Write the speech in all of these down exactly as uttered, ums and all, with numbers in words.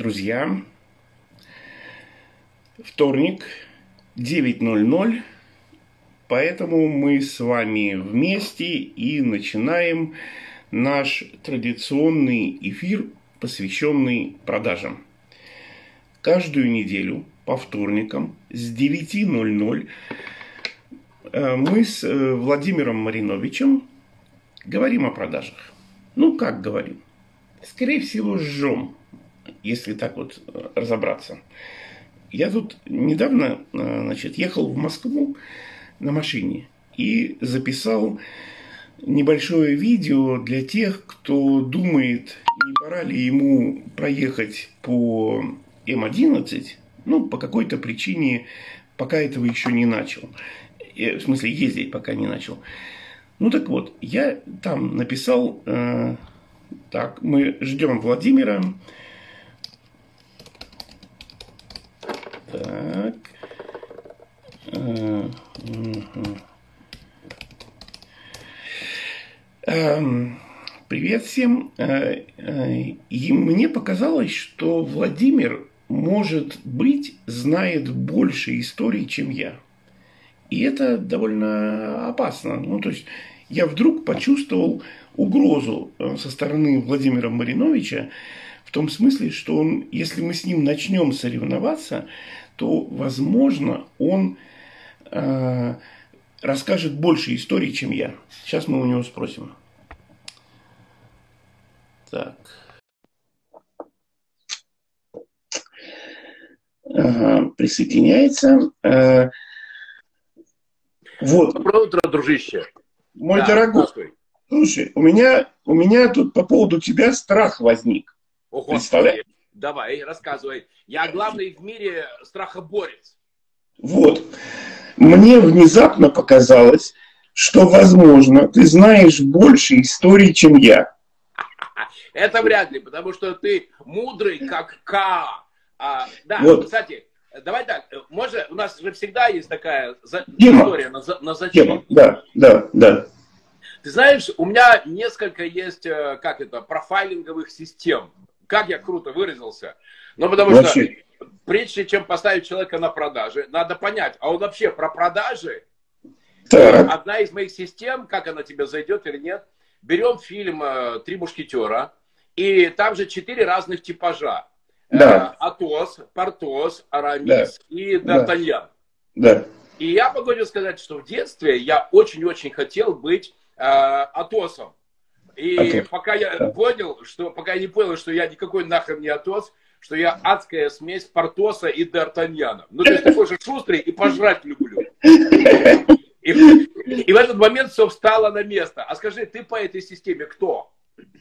друзья. Вторник, девять ноль ноль, поэтому мы с вами вместе и начинаем наш традиционный эфир, посвященный продажам. Каждую неделю по вторникам с девяти ноль ноль мы с Владимиром Мариновичем говорим о продажах. Ну, как говорим? Скорее всего, жжем, если так вот разобраться. Я тут недавно, значит, ехал в Москву на машине и записал небольшое видео для тех, кто думает, не пора ли ему проехать по эм одиннадцать, ну, по какой-то причине, пока этого еще не начал. В смысле, ездить пока не начал. Ну, так вот, я там написал... Э, так, мы ждем Владимира. Так. Э, угу. э, привет всем. Э, э, и мне показалось, что Владимир, может быть, знает больше историй, чем я. И это довольно опасно. Ну, то есть я вдруг почувствовал угрозу со стороны Владимира Мариновича в том смысле, что он, если мы с ним начнем соревноваться, то, возможно, он э, расскажет больше историй, чем я. Сейчас мы у него спросим. Так. Ага, присоединяется. Э, Вот. Доброе утро, дружище. Мой да, дорогой, слушай, у меня, у меня тут по поводу тебя страх возник. О, Представляешь? Давай, рассказывай. Я главный в мире страхоборец. Вот. Мне внезапно показалось, что, возможно, ты знаешь больше историй, чем я. Это вряд ли, потому что ты мудрый, как Ка. А, да, вот. Кстати, давай так, может, у нас же всегда есть такая за... Тема. история на, на зачем. Да, да, да. Ты знаешь, у меня несколько есть, как это, профайлинговых систем. Как я круто выразился. Но потому вообще. что, прежде чем поставить человека на продажи, надо понять, а он вообще про продажи? Так. Одна из моих систем, как она тебе зайдет или нет, берем фильм «Три мушкетера», и там же четыре разных типажа. Да. Атос, Портос, Арамис, да. и Д'Артаньян. Да. И я могу сказать, что в детстве я очень-очень хотел быть э, Атосом. И Атос. пока я да. понял, что пока я не понял, что я никакой нахрен не Атос, что я адская смесь Портоса и Д'Артаньяна. Ну, то есть такой же шустрый и пожрать люблю. И, и в этот момент все встало на место. А скажи, ты по этой системе кто?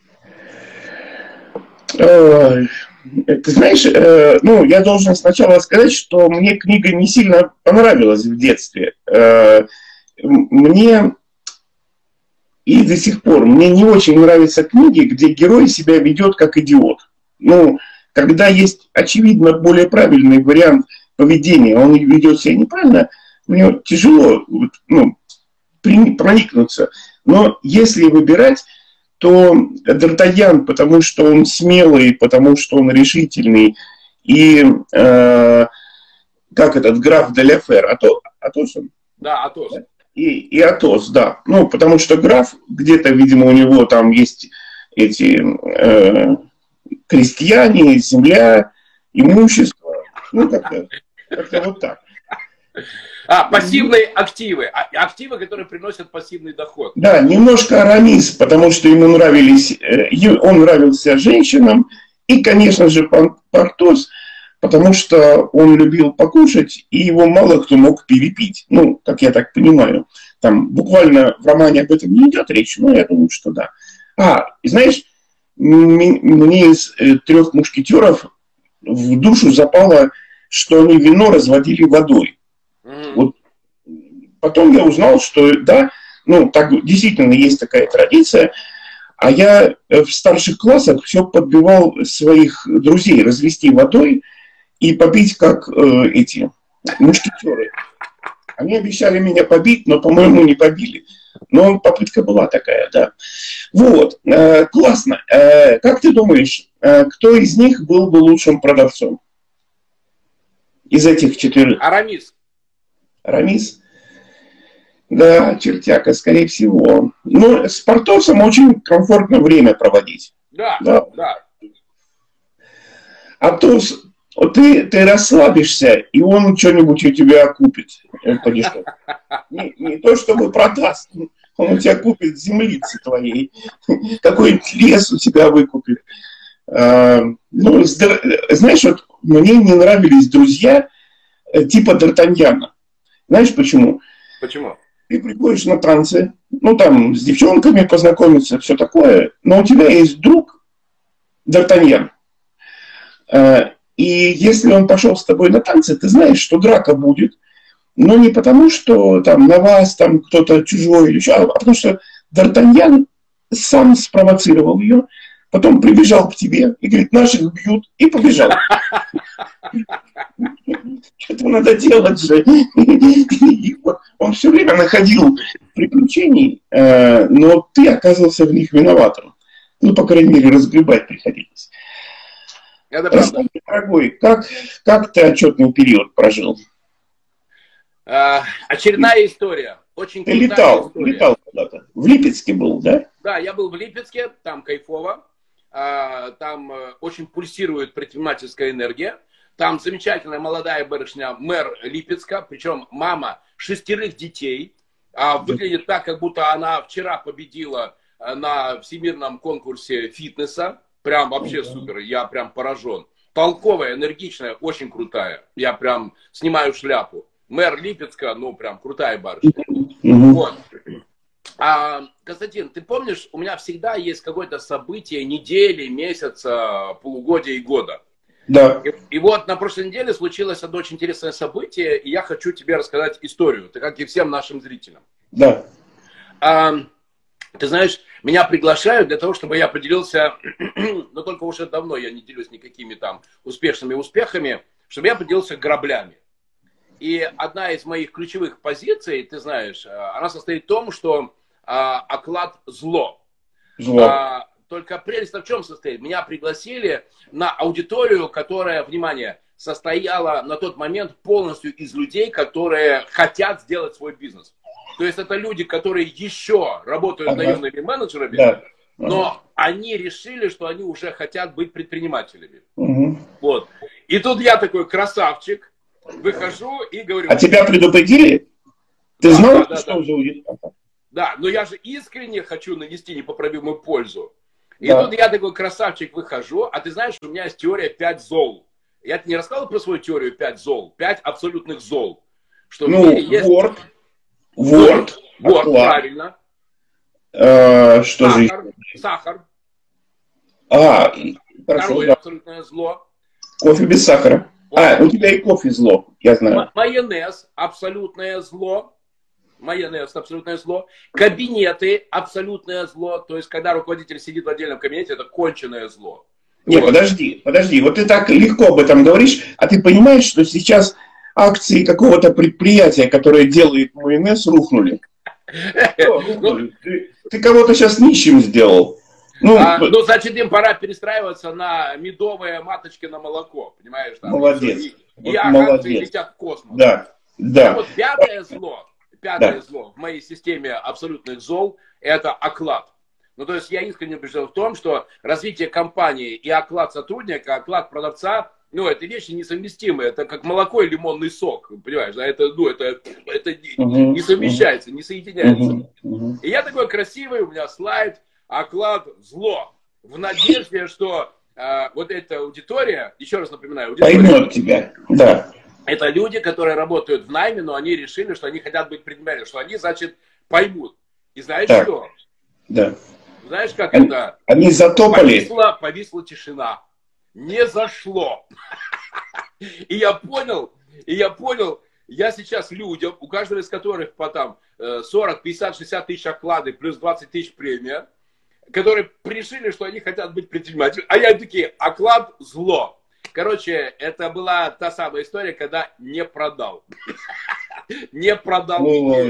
Ты знаешь, э, ну, я должен сначала сказать, что мне книга не сильно понравилась в детстве. Э, мне и до сих пор, мне не очень нравятся книги, где герой себя ведет как идиот. Ну, когда есть, очевидно, более правильный вариант поведения, он ведет себя неправильно, мне тяжело, ну, проникнуться. Но если выбирать, то Д'Артаньян, потому что он смелый, потому что он решительный, и э, как этот граф де ля Фер, Атос, Атос он? Да, Атос. И, и Атос, да. Ну, потому что граф, где-то, видимо, у него там есть эти э, крестьяне, земля, имущество. Ну, как-то, как-то вот так. А, пассивные активы. Активы, которые приносят пассивный доход. Да, немножко Арамис, потому что ему нравились, он нравился женщинам. И, конечно же, Портос, потому что он любил покушать, и его мало кто мог перепить. Ну, как я так понимаю. Там буквально в романе об этом не идет речь, но я думаю, что да. А, и знаешь, мне из трех мушкетеров в душу запало, что они вино разводили водой. Вот потом я узнал, что да, ну так действительно есть такая традиция, а я в старших классах все подбивал своих друзей развести водой и побить как э, эти мушкетеры. Они обещали меня побить, но, по-моему, не побили. Но попытка была такая, да. Вот, э, классно. Э, как ты думаешь, э, кто из них был бы лучшим продавцом? Из этих четырех? Арамис. Арамис? Да, чертяка, скорее всего. Но с Портосом очень комфортно время проводить. Да, да. да. Атос, вот ты, ты расслабишься, и он что-нибудь у тебя купит. Не, не то, чтобы продаст. Он у тебя купит землицы твоей. Какой-нибудь лес у тебя выкупит. А, ну, знаешь, вот мне не нравились друзья типа Д'Артаньяна. Знаешь почему? Почему? Ты приходишь на танцы, ну там с девчонками познакомиться, все такое, но у тебя есть друг Д'Артаньян. А, и если он пошел с тобой на танцы, ты знаешь, что драка будет. Но не потому, что там на вас там кто-то чужой или еще, а потому что Д'Артаньян сам спровоцировал ее, потом прибежал к тебе и говорит, наших бьют, и побежал. Что-то надо делать же. Он все время находил приключений, но ты оказывался в них виноватым. Ну, по крайней мере, разгребать приходилось. Расскажи, дорогой, как, как ты отчетный период прожил? Uh, очередная история. Очень Ты летал, история. летал куда-то. В Липецке был, да? Да, я был в Липецке, там кайфово. Uh, там uh, очень пульсирует предпринимательская энергия. Там замечательная молодая барышня, мэр Липецка, причем мама шестерых детей. Uh, выглядит так, как будто она вчера победила uh, на всемирном конкурсе фитнеса. Прям вообще супер, я прям поражен. Толковая, энергичная, очень крутая. Я прям снимаю шляпу. Мэр Липецка, ну, прям крутая барышня. Mm-hmm. Вот. А, Константин, ты помнишь, у меня всегда есть какое-то событие недели, месяца, полугодия и года. Да. И, и вот на прошлой неделе случилось одно очень интересное событие, и я хочу тебе рассказать историю, так как и всем нашим зрителям. Да. А, ты знаешь, меня приглашают для того, чтобы я поделился, но только уже давно я не делюсь никакими там успешными успехами, чтобы я поделился граблями. И одна из моих ключевых позиций, ты знаешь, она состоит в том, что а, оклад зло. Зло. А, только прелесть в чем состоит? Меня пригласили на аудиторию, которая, внимание, состояла на тот момент полностью из людей, которые хотят сделать свой бизнес. То есть это люди, которые еще работают ага. наемными менеджерами, да. но ага. они решили, что они уже хотят быть предпринимателями. Угу. Вот. И тут я такой красавчик. Выхожу и говорю... А тебя предупредили? Ты да, знал, да, что да, уже уйдет? Да, но я же искренне хочу нанести непоправимую пользу. И да. тут я такой красавчик выхожу, а ты знаешь, у меня есть теория пять зол. Я тебе не рассказывал про свою теорию пять зол? пять абсолютных зол. Что ну, в мире есть... Word. Word. Word, правильно. А, что сахар, же? Сахар. А, хорошо, Второе да. абсолютное зло. Кофе без сахара. А, у тебя и кофе зло, я знаю. Майонез, абсолютное зло. Майонез, абсолютное зло. Кабинеты, абсолютное зло. То есть, когда руководитель сидит в отдельном кабинете, это конченое зло. Не, вот. подожди, подожди. Вот ты так легко об этом говоришь, а ты понимаешь, что сейчас акции какого-то предприятия, которое делает майонез, рухнули? Ты кого-то сейчас нищим сделал. Ну, а, ну, значит, им пора перестраиваться на медовые маточки на молоко, понимаешь? Там, молодец. И, вот и акции летят в космос. Да, да. А вот пятое зло, пятое да. зло в моей системе абсолютных зол – это оклад. Ну, то есть я искренне убежден в том, что развитие компании и оклад сотрудника, оклад продавца, ну, это вещи несовместимые. Это как молоко и лимонный сок, понимаешь? Да? Это, ну, это, это uh-huh, не совмещается, uh-huh, не соединяется. Uh-huh, uh-huh. И я такой красивый, у меня слайд. Оклад зло. В надежде, что э, вот эта аудитория, еще раз напоминаю, аудитория, поймет тебя, да. Это люди, которые работают в найме, но они решили, что они хотят быть предпринимателями, что они, значит, поймут. И знаешь так. что? Да. Знаешь, как они, это? Они затопали. Повисла, повисла тишина. Не зашло. И я понял, и я понял, я сейчас людям, у каждого из которых по там сорок, пятьдесят, шестьдесят тысяч оклады плюс двадцать тысяч премия, которые решили, что они хотят быть предпринимателями. А я такие, оклад зло. Короче, это была та самая история, когда не продал. Не продал.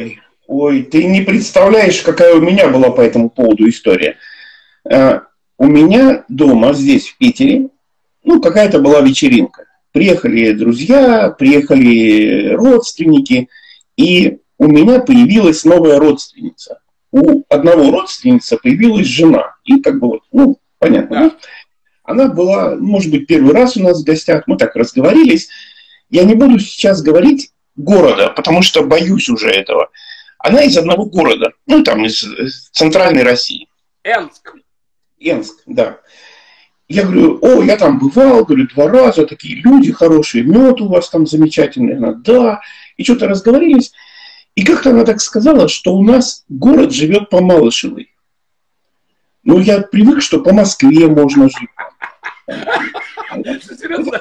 Ой, ты не представляешь, какая у меня была по этому поводу история. У меня дома, здесь, в Питере, ну, какая-то была вечеринка. Приехали друзья, приехали родственники, и у меня появилась новая родственница. У одного родственницы появилась жена. И как бы вот, ну, понятно, да? Она была, может быть, первый раз у нас в гостях, мы так разговорились. Я не буду сейчас говорить города, потому что боюсь уже этого. Она из одного города, ну, там, из центральной России. Энск. Энск, да. Я говорю, о, я там бывал, говорю, два раза, такие люди хорошие, мед у вас там замечательный. Она, да. И что-то разговорились. И как-то она так сказала, что у нас город живет по Малышевой. Ну, я привык, что по Москве можно жить. Серьезно?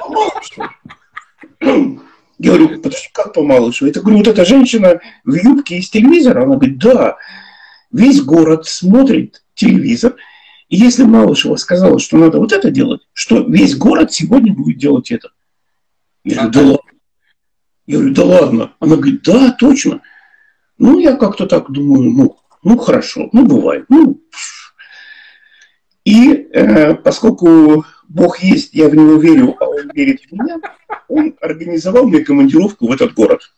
Я говорю, подожди, как по Малышевой? Я говорю, вот эта женщина в юбке из телевизора? Она говорит, да, весь город смотрит телевизор. И если Малышева сказала, что надо вот это делать, что весь город сегодня будет делать это. Я говорю, да ладно. Я говорю, да ладно. Она говорит, да, точно. Ну, я как-то так думаю, ну, ну хорошо, ну, бывает. Ну. И э, поскольку Бог есть, я в него верю, а он верит в меня, он организовал мне командировку в этот город.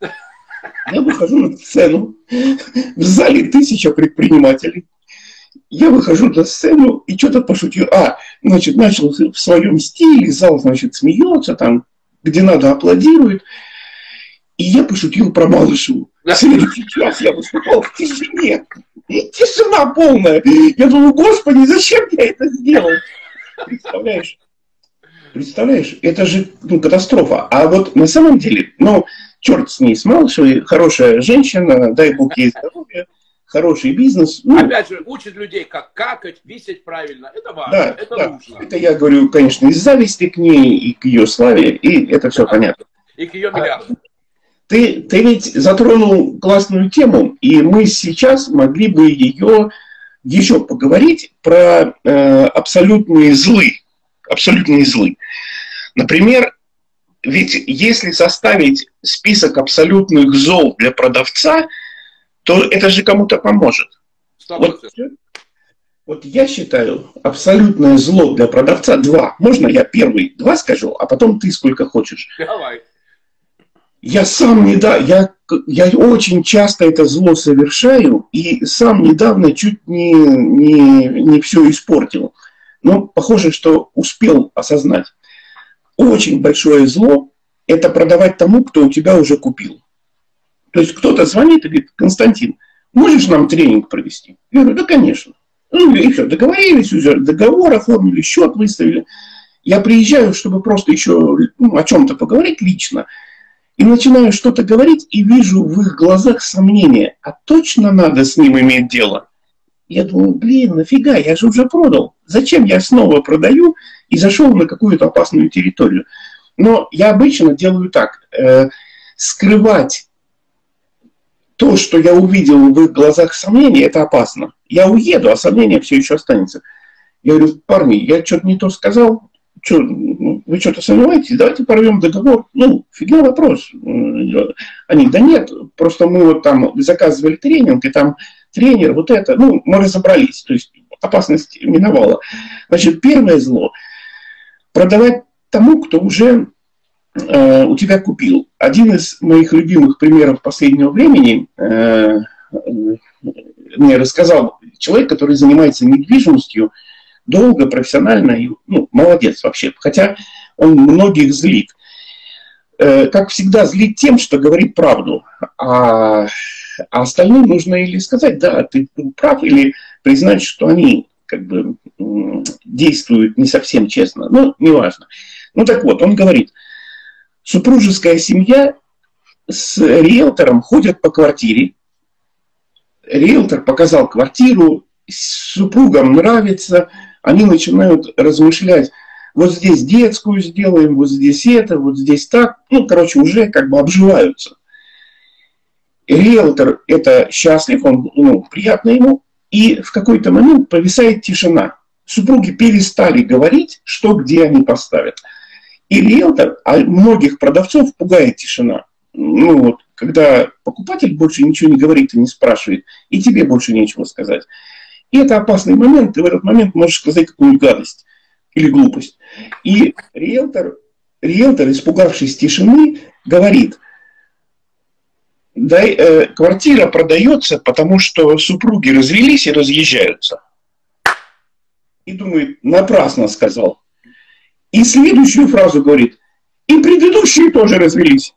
Я выхожу на сцену, в зале тысяча предпринимателей. Я выхожу на сцену и что-то пошутил. А, значит, начал в своем стиле, зал, значит, смеется, там, где надо, аплодирует. И я пошутил про Малышеву. В следующий час я выступал в тишине. И тишина полная. Я думаю, господи, зачем я это сделал? Представляешь? Представляешь? Это же ну, катастрофа. А вот на самом деле, ну, черт с ней, с Малышевой, хорошая женщина, дай бог ей здоровья, хороший бизнес. Ну, опять же, учит людей, как какать, писать правильно. Это важно, да, это да. нужно. Это я говорю, конечно, из зависти к ней и к ее славе, и это все понятно. И к ее миллиардам. Ты, ты ведь затронул классную тему, и мы сейчас могли бы ее еще поговорить про э, абсолютные злы. Абсолютные злы. Например, ведь если составить список абсолютных зол для продавца, то это же кому-то поможет. Вот, вот я считаю, абсолютное зло для продавца два. Можно я первый два скажу, а потом ты сколько хочешь. Давай. Я сам не да, я, я очень часто это зло совершаю, и сам недавно чуть не, не, не все испортил. Но похоже, что успел осознать. Очень большое зло – это продавать тому, кто у тебя уже купил. То есть кто-то звонит и говорит, Константин, можешь нам тренинг провести? Я говорю, да, конечно. Ну, и все, договорились уже, договор оформили, счет выставили. Я приезжаю, чтобы просто еще ну, о чем-то поговорить лично. И начинаю что-то говорить, и вижу в их глазах сомнения. А точно надо с ним иметь дело? Я думаю, блин, нафига, я же уже продал. Зачем я снова продаю и зашел на какую-то опасную территорию? Но я обычно делаю так. Э, скрывать то, что я увидел в их глазах сомнения, это опасно. Я уеду, а сомнение все еще останется. Я говорю, парни, я что-то не то сказал. Что, вы что-то сомневаетесь? Давайте порвем договор. Ну, фигня вопрос. Они, да нет, просто мы вот там заказывали тренинг, и там тренер, вот это, ну, мы разобрались, то есть опасность миновала. Значит, первое зло – продавать тому, кто уже э, у тебя купил. Один из моих любимых примеров последнего времени э, мне рассказал человек, который занимается недвижимостью, долго, профессионально, и, ну, молодец вообще. Хотя он многих злит. Э, как всегда, злит тем, что говорит правду. А, а остальным нужно или сказать, да, ты прав, или признать, что они как бы действуют не совсем честно. Ну, неважно. Ну, так вот, он говорит, супружеская семья с риэлтором ходят по квартире. Риэлтор показал квартиру, супругам нравится, они начинают размышлять, вот здесь детскую сделаем, вот здесь это, вот здесь так. Ну, короче, уже как бы обживаются. Риэлтор это счастлив, он, ну, приятно ему. И в какой-то момент повисает тишина. Супруги перестали говорить, что где они поставят. И риэлтор, а многих продавцов пугает тишина. Ну вот, когда покупатель больше ничего не говорит и не спрашивает, и тебе больше нечего сказать. И это опасный момент, ты в этот момент можешь сказать какую-нибудь гадость или глупость. И риэлтор, риэлтор, испугавшись тишины, говорит: да, э, квартира продается, потому что супруги развелись и разъезжаются. И думает, напрасно сказал. И следующую фразу говорит: и предыдущие тоже развелись.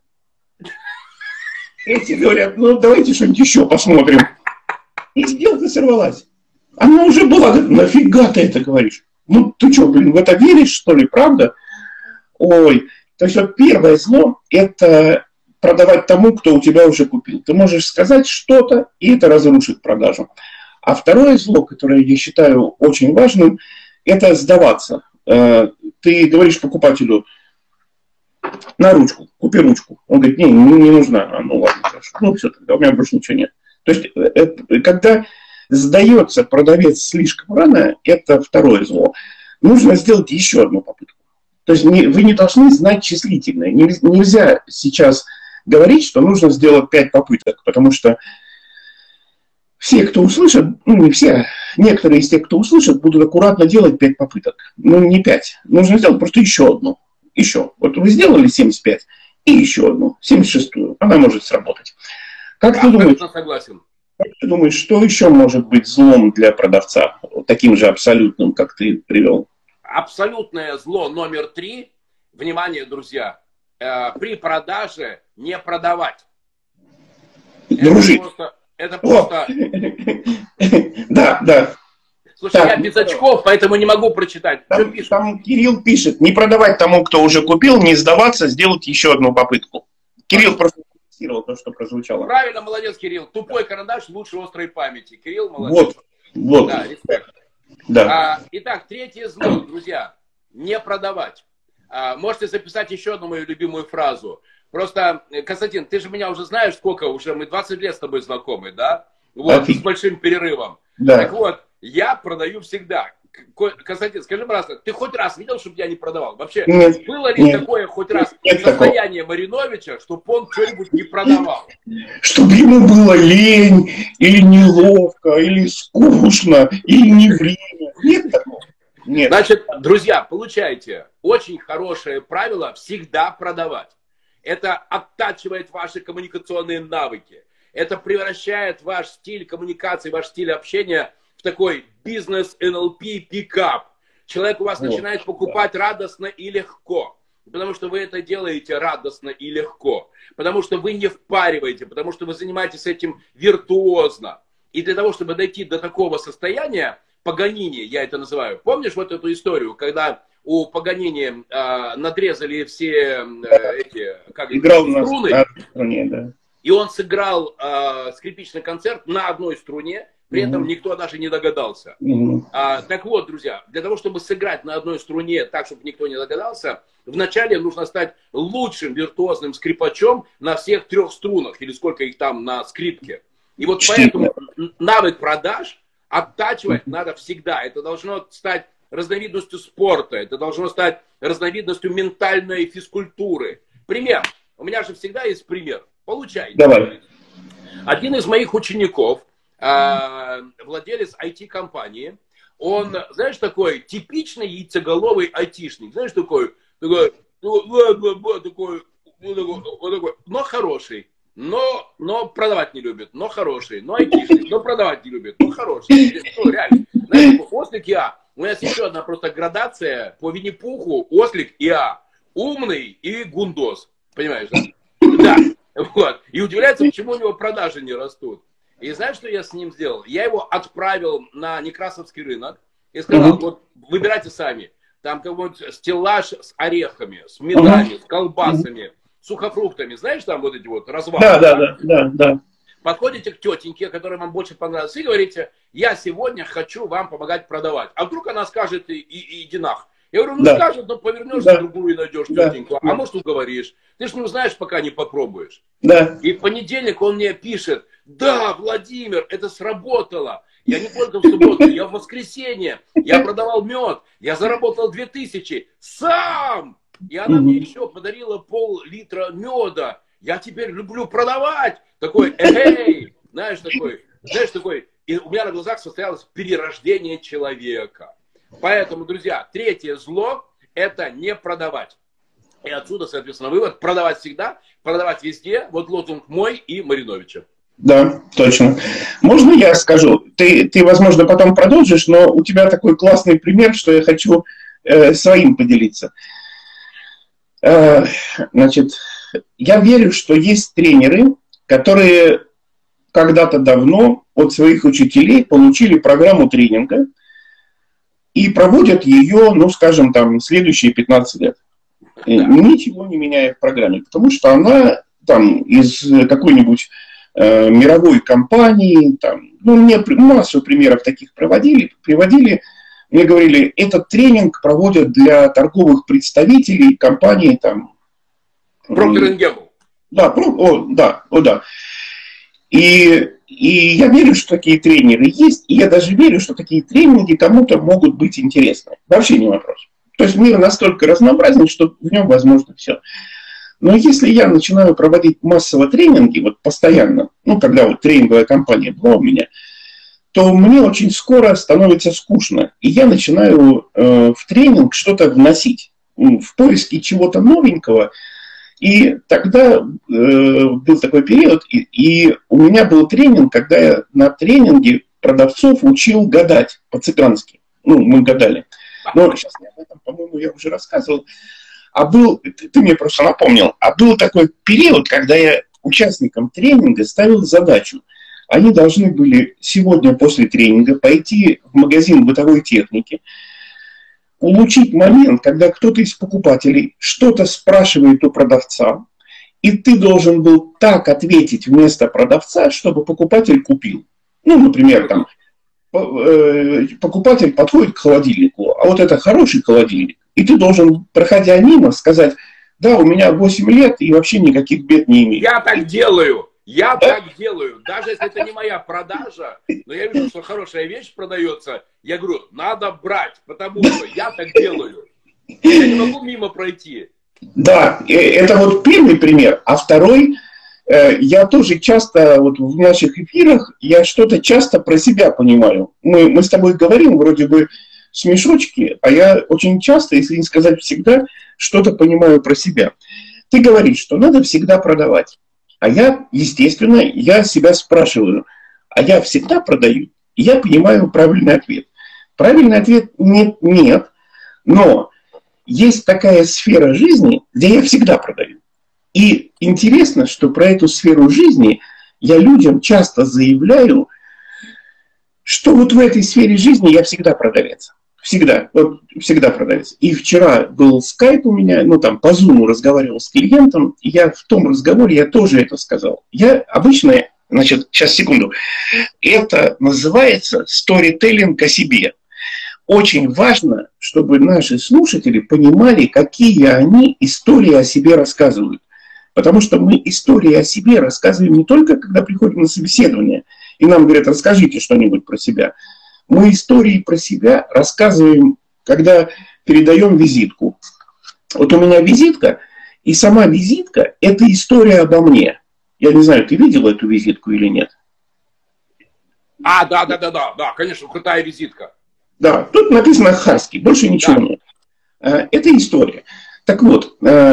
Эти говорят: ну давайте что-нибудь еще посмотрим. И сделка сорвалась. Она уже была. Нафига ты это говоришь? Ну ты что, блин, в это веришь, что ли, правда? Ой, то есть вот первое зло – это продавать тому, кто у тебя уже купил. Ты можешь сказать что-то, и это разрушит продажу. А второе зло, которое я считаю очень важным, это сдаваться. Ты говоришь покупателю: на ручку, купи ручку. Он говорит: не, не, не нужна. А, ну ладно, хорошо. Ну все, тогда у меня больше ничего нет. То есть, когда сдается продавец слишком рано, это второе зло. Нужно сделать еще одну попытку. То есть не, вы не должны знать числительное. Нельзя сейчас говорить, что нужно сделать пять попыток, потому что все, кто услышат, ну не все, некоторые из тех, кто услышат, будут аккуратно делать пять попыток. Ну не пять. Нужно сделать просто еще одну. Еще. Вот вы сделали семьдесят пять, и еще одну, семьдесят шестую. Она может сработать. Как Я ты думаешь? согласен. Как ты думаешь, что еще может быть злом для продавца? Вот таким же абсолютным, как ты привел. Абсолютное зло номер три. Внимание, друзья. Э, при продаже не продавать. Дружить. Это просто... Да, да. Слушай, я без очков, поэтому не могу прочитать. Там, там Кирилл пишет: не продавать тому, кто уже купил, не сдаваться, сделать еще одну попытку. Кирилл просто фиксировал то, что прозвучало. Правильно, молодец, Кирилл. Тупой карандаш лучше острой памяти. Кирилл, молодец. Вот, вот. Да, респект. Да. А, итак, третье зло, друзья. Не продавать. А, можете записать еще одну мою любимую фразу. Просто, Константин, ты же меня уже знаешь, сколько уже, мы двадцать лет с тобой знакомы, да? Вот, Офиг. С большим перерывом. Да. Так вот, я продаю всегда. Константин, скажи, пожалуйста, ты хоть раз видел, чтобы я не продавал? Вообще, нет, было ли нет, такое хоть раз нет состояние такого. Мариновича, чтобы он что-нибудь не продавал? Чтобы ему было лень, или неловко, или скучно, или не время. Нет такого. Нет. Значит, друзья, получайте очень хорошее правило: всегда продавать. Это оттачивает ваши коммуникационные навыки. Это превращает ваш стиль коммуникации, ваш стиль общения в такой бизнес-эн эл пи пикап. Человек у вас вот, начинает покупать да. радостно и легко. Потому что вы это делаете радостно и легко. Потому что вы не впариваете. Потому что вы занимаетесь этим виртуозно. И для того, чтобы дойти до такого состояния, Паганини, я это называю. Помнишь вот эту историю, когда у Паганини э, надрезали все э, эти как Играл это, струны? На струне, да. И он сыграл э, скрипичный концерт на одной струне. При этом mm-hmm. никто даже не догадался. Mm-hmm. А, так вот, друзья, для того, чтобы сыграть на одной струне так, чтобы никто не догадался, вначале нужно стать лучшим виртуозным скрипачом на всех трех струнах, или сколько их там на скрипке. И вот поэтому навык продаж оттачивать mm-hmm. надо всегда. Это должно стать разновидностью спорта, это должно стать разновидностью ментальной физкультуры. Пример. У меня же всегда есть пример. Получайте. Давай. Один из моих учеников, владелец ай ти-компании, он, знаешь, такой типичный яйцеголовый айтишник, знаешь, такой, такой, такой, такой, вот такой, но хороший, но, но продавать не любит, но хороший, но айтишник, но продавать не любит, но хороший. Ну, реально, знаешь, такой ослик и А. У нас еще одна просто градация по Винни-Пуху: ослик и А. Умный и гундос, понимаешь, да? Да, вот. И удивляется, почему у него продажи не растут. И знаешь, что я с ним сделал? Я его отправил на Некрасовский рынок и сказал: uh-huh. вот выбирайте сами. Там какой-нибудь стеллаж с орехами, с медами, uh-huh. с колбасами, uh-huh. сухофруктами. Знаешь, там вот эти вот развалы? Да, да, да, да, да. Подходите к тетеньке, которая вам больше понравилась, и говорите: я сегодня хочу вам помогать продавать. А вдруг она скажет: и, и, иди нах. Я говорю: ну да. скажет, но повернешься, да. другую найдешь тетеньку. Да. А может, уговоришь. Ты ж не узнаешь, пока не попробуешь. Да. И в понедельник он мне пишет: да, Владимир, это сработало. Я не только в субботу, я в воскресенье. Я продавал мед, я заработал две тысячи. Сам! И она мне еще подарила пол-литра меда. я теперь люблю продавать. Такой, эй, знаешь, такой, знаешь, такой, и у меня на глазах состоялось перерождение человека. Поэтому, друзья, третье зло – это не продавать. И отсюда, соответственно, вывод: продавать всегда, продавать везде. Вот лозунг мой и Мариновича. Да, точно. Можно я скажу? Ты, ты, возможно, потом продолжишь, но у тебя такой классный пример, что я хочу э, своим поделиться. Э, значит, я верю, что есть тренеры, которые когда-то давно от своих учителей получили программу тренинга и проводят ее, ну, скажем, там, следующие пятнадцать лет. Да. Ничего не меняя в программе, потому что она там из какой-нибудь э, мировой компании, там, ну, мне массу примеров таких проводили, приводили, мне говорили, этот тренинг проводят для торговых представителей компании, там... Procter энд Gamble. Да, про, о, да, о, да. И, и я верю, что такие тренеры есть, и я даже верю, что такие тренинги кому-то могут быть интересны. Вообще не вопрос. То есть мир настолько разнообразен, что в нем возможно все. Но если я начинаю проводить массово тренинги, вот постоянно, ну, когда вот тренинговая компания была у меня, то мне очень скоро становится скучно. И я начинаю э, в тренинг что-то вносить, в поиске чего-то новенького. И тогда э, был такой период, и, и у меня был тренинг, когда я на тренинге продавцов учил гадать по-цыгански. Ну, мы гадали. Но сейчас об этом, по-моему, я уже рассказывал. А был, ты, ты мне просто напомнил, а был такой период, когда я участникам тренинга ставил задачу. Они должны были сегодня после тренинга пойти в магазин бытовой техники, улучшить момент, когда кто-то из покупателей что-то спрашивает у продавца, и ты должен был так ответить вместо продавца, чтобы покупатель купил. Ну, например, там, покупатель подходит к холодильнику, а вот это хороший холодильник, и ты должен, проходя мимо, сказать: да, у меня восемь лет и вообще никаких бед не имею. Я так делаю, я да? так делаю, даже если это не моя продажа, но я вижу, что хорошая вещь продается, я говорю, надо брать, потому что я так делаю. Я не могу мимо пройти. Да, это вот первый пример, а второй... Я тоже часто, вот в наших эфирах, я что-то часто про себя понимаю. Мы, мы с тобой говорим вроде бы смешочки, а я очень часто, если не сказать всегда, что-то понимаю про себя. Ты говоришь, что надо всегда продавать. А я, естественно, я себя спрашиваю, а я всегда продаю? И я понимаю правильный ответ. Правильный ответ нет, нет, но есть такая сфера жизни, где я всегда продаю. И интересно, что про эту сферу жизни я людям часто заявляю, что вот в этой сфере жизни я всегда продавец. Всегда. Вот, всегда продавец. И вчера был скайп у меня, ну там по зуму разговаривал с клиентом, и я в том разговоре я тоже это сказал. Я обычно, значит, сейчас секунду, это называется сторителлинг о себе. Очень важно, чтобы наши слушатели понимали, какие они истории о себе рассказывают. Потому что мы истории о себе рассказываем не только, когда приходим на собеседование, и нам говорят, расскажите что-нибудь про себя. Мы истории про себя рассказываем, когда передаем визитку. Вот у меня визитка, и сама визитка – это история обо мне. Я не знаю, ты видел эту визитку или нет? А, да, да, да, да, да, конечно, крутая визитка. Да, тут написано «Хаски», больше ничего да. нет. Это история. Так вот,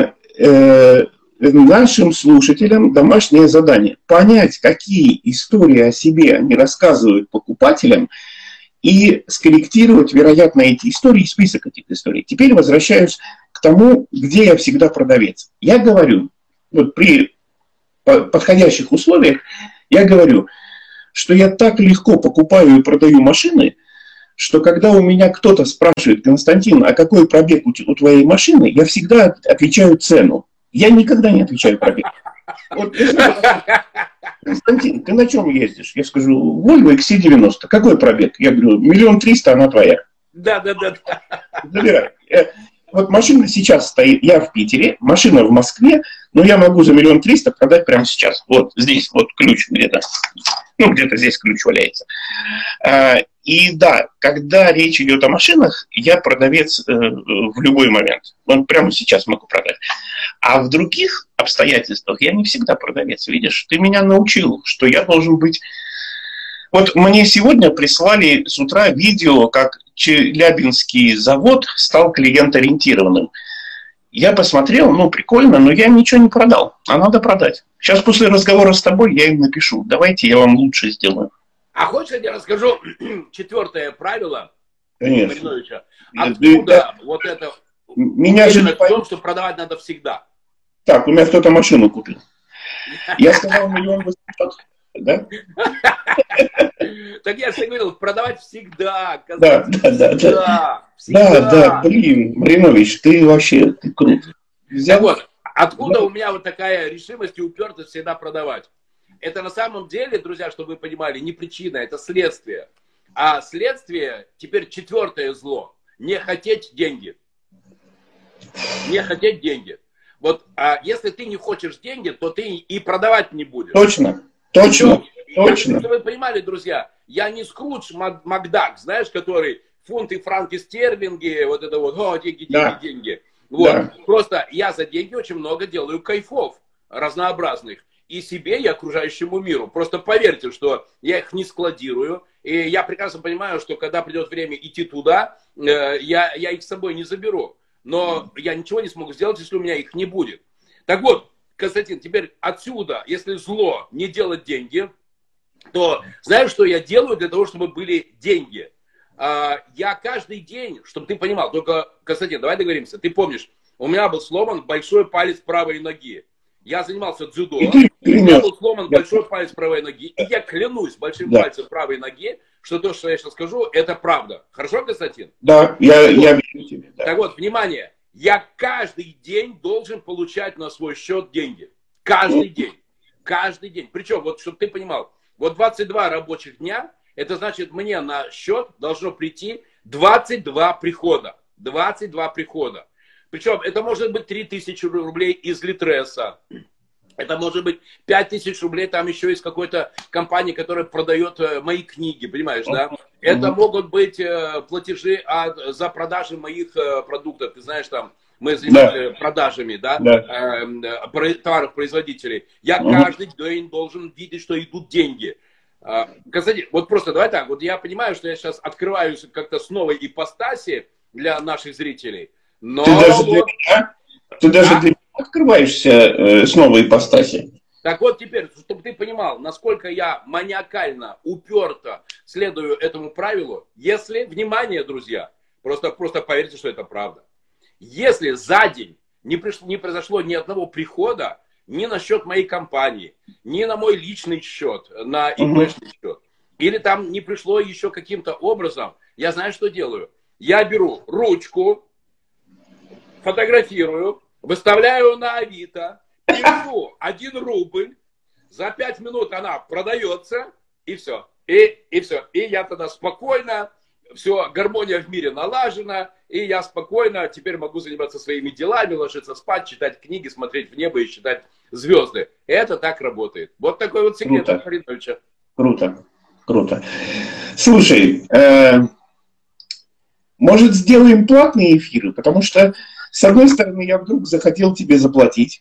нашим слушателям домашнее задание – понять, какие истории о себе они рассказывают покупателям, и скорректировать, вероятно, эти истории, список этих историй. Теперь возвращаюсь к тому, где я всегда продавец. Я говорю, вот при подходящих условиях, я говорю, что я так легко покупаю и продаю машины, что когда у меня кто-то спрашивает: Константин, а какой пробег у твоей машины, я всегда отвечаю цену. Я никогда не отвечаю пробег. Вот, Константин, ты на чем ездишь? Я скажу, Volvo икс си девяносто. Какой пробег? Я говорю, миллион триста, она твоя. Да, да, да. Забирай. Вот машина сейчас стоит, я в Питере, машина в Москве, но я могу за миллион триста продать прямо сейчас. Вот здесь, вот ключ где-то. Ну, где-то здесь ключ валяется. И да, когда речь идет о машинах, я продавец в любой момент. Вот прямо сейчас могу продать. А в других обстоятельствах я не всегда продавец. Видишь, ты меня научил, что я должен быть... Вот мне сегодня прислали с утра видео, как Челябинский завод стал клиент-ориентированным. Я посмотрел, ну, прикольно, но я ничего не продал, а надо продать. Сейчас после разговора с тобой я им напишу. Давайте я вам лучше сделаю. А хочешь, я тебе расскажу четвертое правило Мариновича? Откуда да, вот это... Меня же не в том, что продавать надо всегда. Так, у меня кто-то машину купил. Я сказал миллион восемьсот, да? Так я же говорил, продавать всегда. Да, да, да. Да, да, да, блин, Маринович, ты вообще ты крут. Так вот, откуда у меня вот такая решимость и упертость всегда продавать? Это на самом деле, друзья, чтобы вы понимали, не причина, это следствие. А следствие, теперь четвертое зло, не хотеть деньги. Не хотеть деньги. Вот а если ты не хочешь деньги, то ты и продавать не будешь. Точно, точно, Причем, точно. Я, чтобы вы понимали, друзья, я не Скрудж Макдак, знаешь, который фунты, франки, стерлинги, вот это вот, о, деньги, деньги, да. деньги. Вот. Да. Просто я за деньги очень много делаю кайфов разнообразных. И себе, и окружающему миру. Просто поверьте, что я их не складирую. И я прекрасно понимаю, что когда придет время идти туда, э, я, я их с собой не заберу. Но я ничего не смогу сделать, если у меня их не будет. Так вот, Константин, теперь отсюда, если зло не делать деньги, то знаешь, что я делаю для того, чтобы были деньги? А, я каждый день, чтобы ты понимал, только, Константин, давай договоримся, ты помнишь, у меня был сломан большой палец правой ноги. Я занимался дзюдо, у меня был сломан большой палец правой ноги, и я клянусь большим да. пальцем правой ноги, что то, что я сейчас скажу, это правда. Хорошо, Константин? Да, я, я вижу тебя. Да. Так вот, внимание, я каждый день должен получать на свой счет деньги. Каждый день. Каждый день. Причем, вот, чтобы ты понимал, вот двадцать два рабочих дня, это значит, мне на счет должно прийти двадцать два прихода. двадцать два прихода. Причем это может быть три тысячи рублей из Литреса. Это может быть пять тысяч рублей там еще из какой-то компании, которая продает мои книги, понимаешь, да? Это могут быть платежи от, за продажи моих продуктов. Ты знаешь, там мы занимаемся да. продажами, да, да. Э, товаров производителей. Я uh-huh. каждый день должен видеть, что идут деньги. Константин, вот просто давай так, вот я понимаю, что я сейчас открываюсь как-то с новой ипостаси для наших зрителей. Но ты даже вот... для меня, ты даже а? для меня открываешься э, с новой ипостаси. Так вот теперь, чтобы ты понимал, насколько я маниакально, уперто следую этому правилу, если, внимание, друзья, просто, просто поверьте, что это правда. Если за день не, пришло, не произошло ни одного прихода, ни на счет моей компании, ни на мой личный счет, на ИПшный uh-huh. счет, или там не пришло еще каким-то образом, я знаю, что делаю. Я беру ручку, фотографирую, выставляю на Авито, пишу один рубль, за пять минут она продается, и все. И, и все. И я тогда спокойно, все, гармония в мире налажена, и я спокойно теперь могу заниматься своими делами, ложиться спать, читать книги, смотреть в небо и считать звезды. Это так работает. Вот такой вот секрет от Мариновича. Круто, круто. Слушай, э, может, сделаем платные эфиры, потому что с одной стороны, я вдруг захотел тебе заплатить.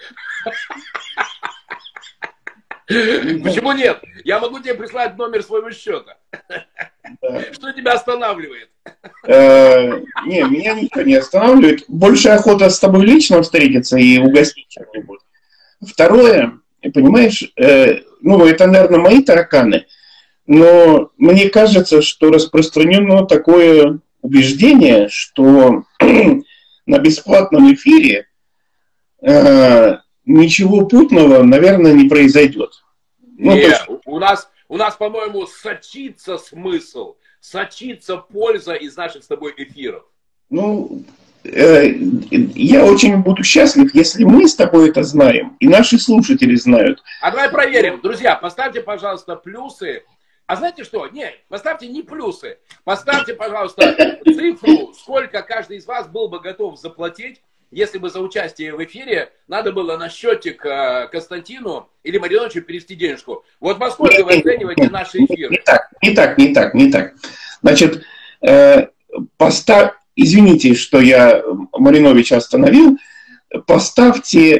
Почему нет? Я могу тебе прислать номер своего счета. Да. Что тебя останавливает? Не, меня ничего не останавливает. Больше охота с тобой лично встретиться и угостить чем-нибудь. Второе, понимаешь, ну, это, наверное, мои тараканы, но мне кажется, что распространено такое убеждение, что на бесплатном эфире э, ничего путного, наверное, не произойдет. Ну, Нет, есть... у нас, у нас, по-моему, сочится смысл, сочится польза из наших с тобой эфиров. Ну, э, я очень буду счастлив, если мы с тобой это знаем, и наши слушатели знают. А давай проверим. Друзья, поставьте, пожалуйста, плюсы. А знаете что? Нет, поставьте не плюсы. Поставьте, пожалуйста, цифру, сколько каждый из вас был бы готов заплатить, если бы за участие в эфире надо было на счетик Константину или Мариновичу перевести денежку. Вот во сколько вы оцениваете наши эфиры? Не так, не так, не так, не так. Значит, э, постав... извините, что я Мариновича остановил. Поставьте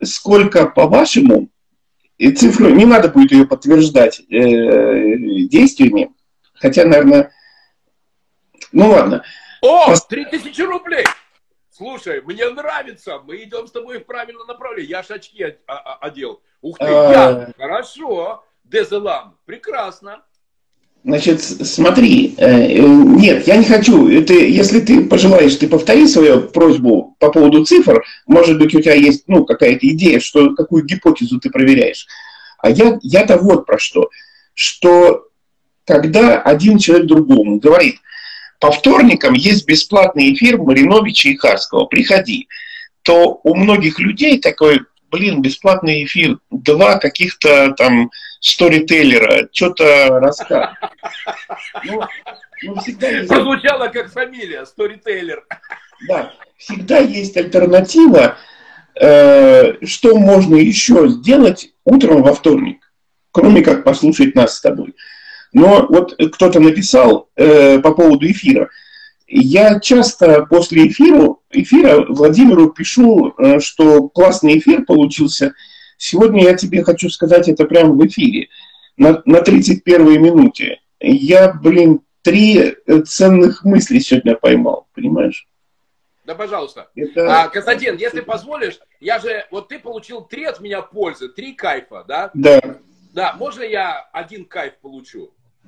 сколько, по-вашему, и цифру, не надо будет ее подтверждать э, действиями, хотя, наверное, ну ладно. О, Пос... три тысячи рублей! Слушай, мне нравится, мы идем с тобой в правильном направлении. Я ж очки одел. Ух ты, я, хорошо. Дезелам, прекрасно. Значит, смотри, э, нет, я не хочу, ты, если ты пожелаешь, ты повтори свою просьбу по поводу цифр, может быть, у тебя есть, ну, какая-то идея, что, какую гипотезу ты проверяешь. А я, я-то вот про что, что когда один человек другому говорит, по вторникам есть бесплатный эфир Мариновича и Харского, приходи, то у многих людей такой, блин, бесплатный эфир, два каких-то там сторителлера, что-то рассказывают. Ну, ну, всегда есть... Прозвучало как фамилия, сторителлер. Да, всегда есть альтернатива, э, что можно еще сделать утром во вторник, кроме как послушать нас с тобой. Но вот кто-то написал э, по поводу эфира. Я часто после эфира, эфира Владимиру пишу, э, что классный эфир получился. Сегодня я тебе хочу сказать это прямо в эфире, на, на тридцать первой минуте. Я, блин, три ценных мысли сегодня поймал, понимаешь? Да, пожалуйста. Это... А, Константин, если позволишь, я же, вот ты получил три от меня пользы, три кайфа, да? Да. Да, можно я один кайф получу?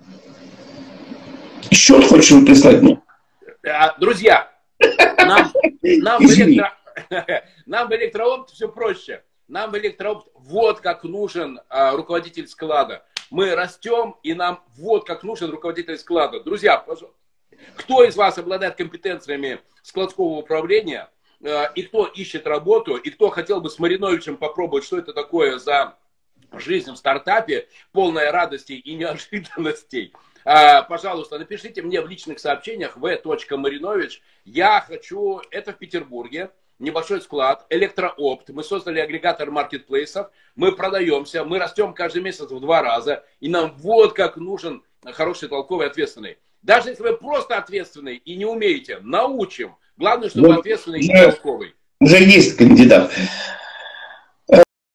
Счет хочешь прислать мне? Друзья, нам, нам, в электро... нам в электроопт все проще. Нам в электроопт вот как нужен а, руководитель склада. Мы растем, и нам вот как нужен руководитель склада. Друзья, пожалуйста, кто из вас обладает компетенциями складского управления, а, и кто ищет работу, и кто хотел бы с Мариновичем попробовать, что это такое за жизнь в стартапе, полная радостей и неожиданностей, а, пожалуйста, напишите мне в личных сообщениях в. Маринович. Я хочу, это в Петербурге, небольшой склад, электроопт. Мы создали агрегатор маркетплейсов, мы продаемся, мы растем каждый месяц в два раза, и нам вот как нужен хороший, толковый, ответственный. Даже если вы просто ответственный и не умеете, научим. Главное, чтобы ну, ответственный и толковый. Уже есть кандидат.